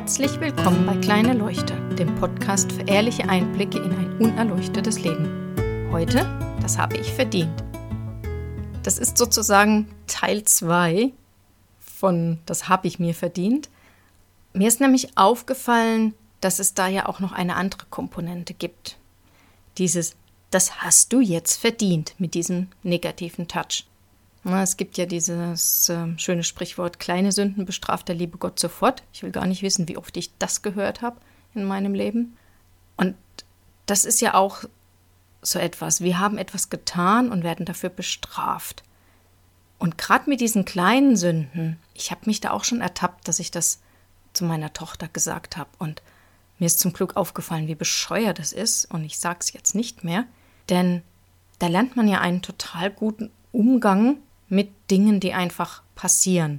Herzlich willkommen bei Kleine Leuchter, dem Podcast für ehrliche Einblicke in ein unerleuchtetes Leben. Heute, das habe ich verdient. Das ist sozusagen Teil 2 von Das habe ich mir verdient. Mir ist nämlich aufgefallen, dass es da ja auch noch eine andere Komponente gibt. Dieses, das hast du jetzt verdient, mit diesem negativen Touch. Es gibt ja dieses schöne Sprichwort, kleine Sünden bestraft der liebe Gott sofort. Ich will gar nicht wissen, wie oft ich das gehört habe in meinem Leben. Und das ist ja auch so etwas. Wir haben etwas getan und werden dafür bestraft. Und gerade mit diesen kleinen Sünden, ich habe mich da auch schon ertappt, dass ich das zu meiner Tochter gesagt habe. Und mir ist zum Glück aufgefallen, wie bescheuert es ist. Und ich sage es jetzt nicht mehr. Denn da lernt man ja einen total guten Umgang mit Dingen, die einfach passieren.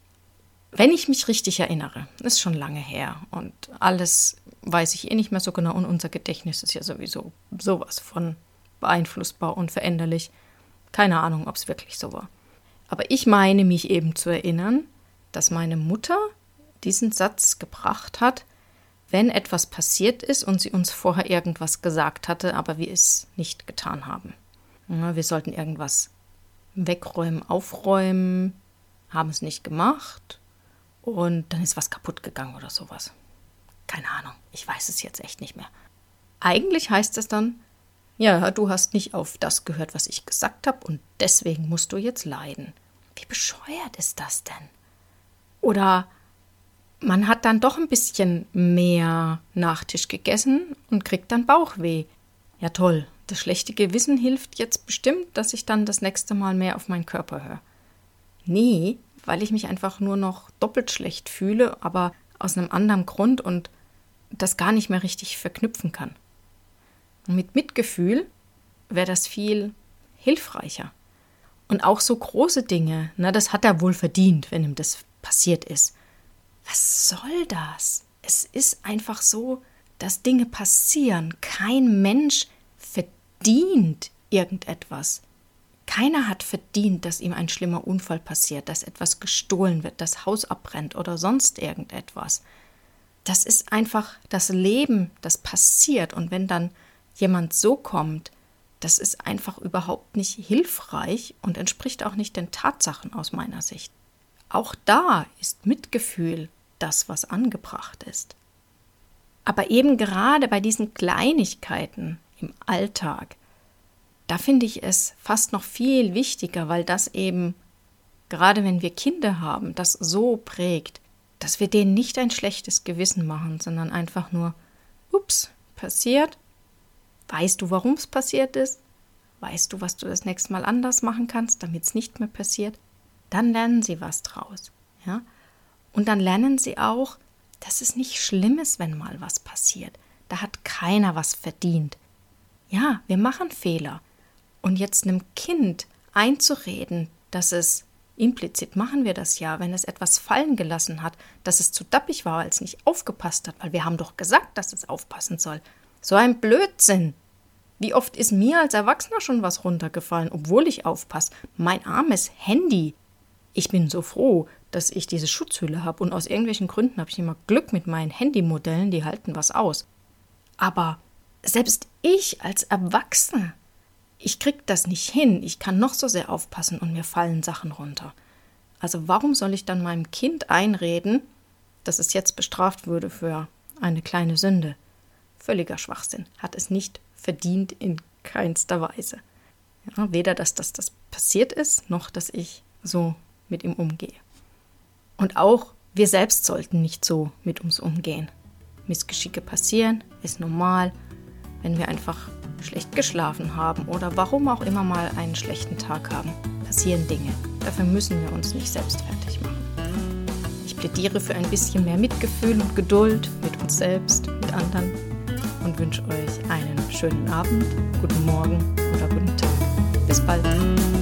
Wenn ich mich richtig erinnere, ist schon lange her und alles weiß ich nicht mehr so genau und unser Gedächtnis ist ja sowieso sowas von beeinflussbar und veränderlich. Keine Ahnung, ob es wirklich so war. Aber ich meine mich eben zu erinnern, dass meine Mutter diesen Satz gebracht hat, wenn etwas passiert ist und sie uns vorher irgendwas gesagt hatte, aber wir es nicht getan haben. Wir sollten irgendwas wegräumen, aufräumen, haben es nicht gemacht und dann ist was kaputt gegangen oder sowas. Keine Ahnung, ich weiß es jetzt echt nicht mehr. Eigentlich heißt es dann, ja, du hast nicht auf das gehört, was ich gesagt habe und deswegen musst du jetzt leiden. Wie bescheuert ist das denn? Oder man hat dann doch ein bisschen mehr Nachtisch gegessen und kriegt dann Bauchweh. Ja toll. Das schlechte Gewissen hilft jetzt bestimmt, dass ich dann das nächste Mal mehr auf meinen Körper höre. Nee, weil ich mich einfach nur noch doppelt schlecht fühle, aber aus einem anderen Grund und das gar nicht mehr richtig verknüpfen kann. Und mit Mitgefühl wäre das viel hilfreicher. Und auch so große Dinge, das hat er wohl verdient, wenn ihm das passiert ist. Was soll das? Es ist einfach so, dass Dinge passieren. Kein Mensch verdient irgendetwas. Keiner hat verdient, dass ihm ein schlimmer Unfall passiert, dass etwas gestohlen wird, das Haus abbrennt oder sonst irgendetwas. Das ist einfach das Leben, das passiert. Und wenn dann jemand so kommt, das ist einfach überhaupt nicht hilfreich und entspricht auch nicht den Tatsachen aus meiner Sicht. Auch da ist Mitgefühl das, was angebracht ist. Aber eben gerade bei diesen Kleinigkeiten im Alltag, da finde ich es fast noch viel wichtiger, weil das eben, gerade wenn wir Kinder haben, das so prägt, dass wir denen nicht ein schlechtes Gewissen machen, sondern einfach nur, ups, passiert. Weißt du, warum es passiert ist? Weißt du, was du das nächste Mal anders machen kannst, damit es nicht mehr passiert? Dann lernen sie was draus. Ja? Und dann lernen sie auch, dass es nicht schlimm ist, wenn mal was passiert. Da hat keiner was verdient. Ja, wir machen Fehler. Und jetzt einem Kind einzureden, dass es, implizit machen wir das ja, wenn es etwas fallen gelassen hat, dass es zu dappig war, weil es nicht aufgepasst hat, weil wir haben doch gesagt, dass es aufpassen soll. So ein Blödsinn. Wie oft ist mir als Erwachsener schon was runtergefallen, obwohl ich aufpasse? Mein armes Handy. Ich bin so froh, dass ich diese Schutzhülle habe und aus irgendwelchen Gründen habe ich immer Glück mit meinen Handymodellen, die halten was aus. Aber selbst ich als Erwachsene, ich krieg das nicht hin, ich kann noch so sehr aufpassen und mir fallen Sachen runter. Also warum soll ich dann meinem Kind einreden, dass es jetzt bestraft würde für eine kleine Sünde? Völliger Schwachsinn, hat es nicht verdient in keinster Weise. Ja, weder, dass das passiert ist, noch, dass ich so mit ihm umgehe. Und auch wir selbst sollten nicht so mit uns umgehen. Missgeschicke passieren, ist normal, wenn wir einfach schlecht geschlafen haben oder warum auch immer mal einen schlechten Tag haben, passieren Dinge. Dafür müssen wir uns nicht selbst fertig machen. Ich plädiere für ein bisschen mehr Mitgefühl und Geduld mit uns selbst, mit anderen und wünsche euch einen schönen Abend, guten Morgen oder guten Tag. Bis bald.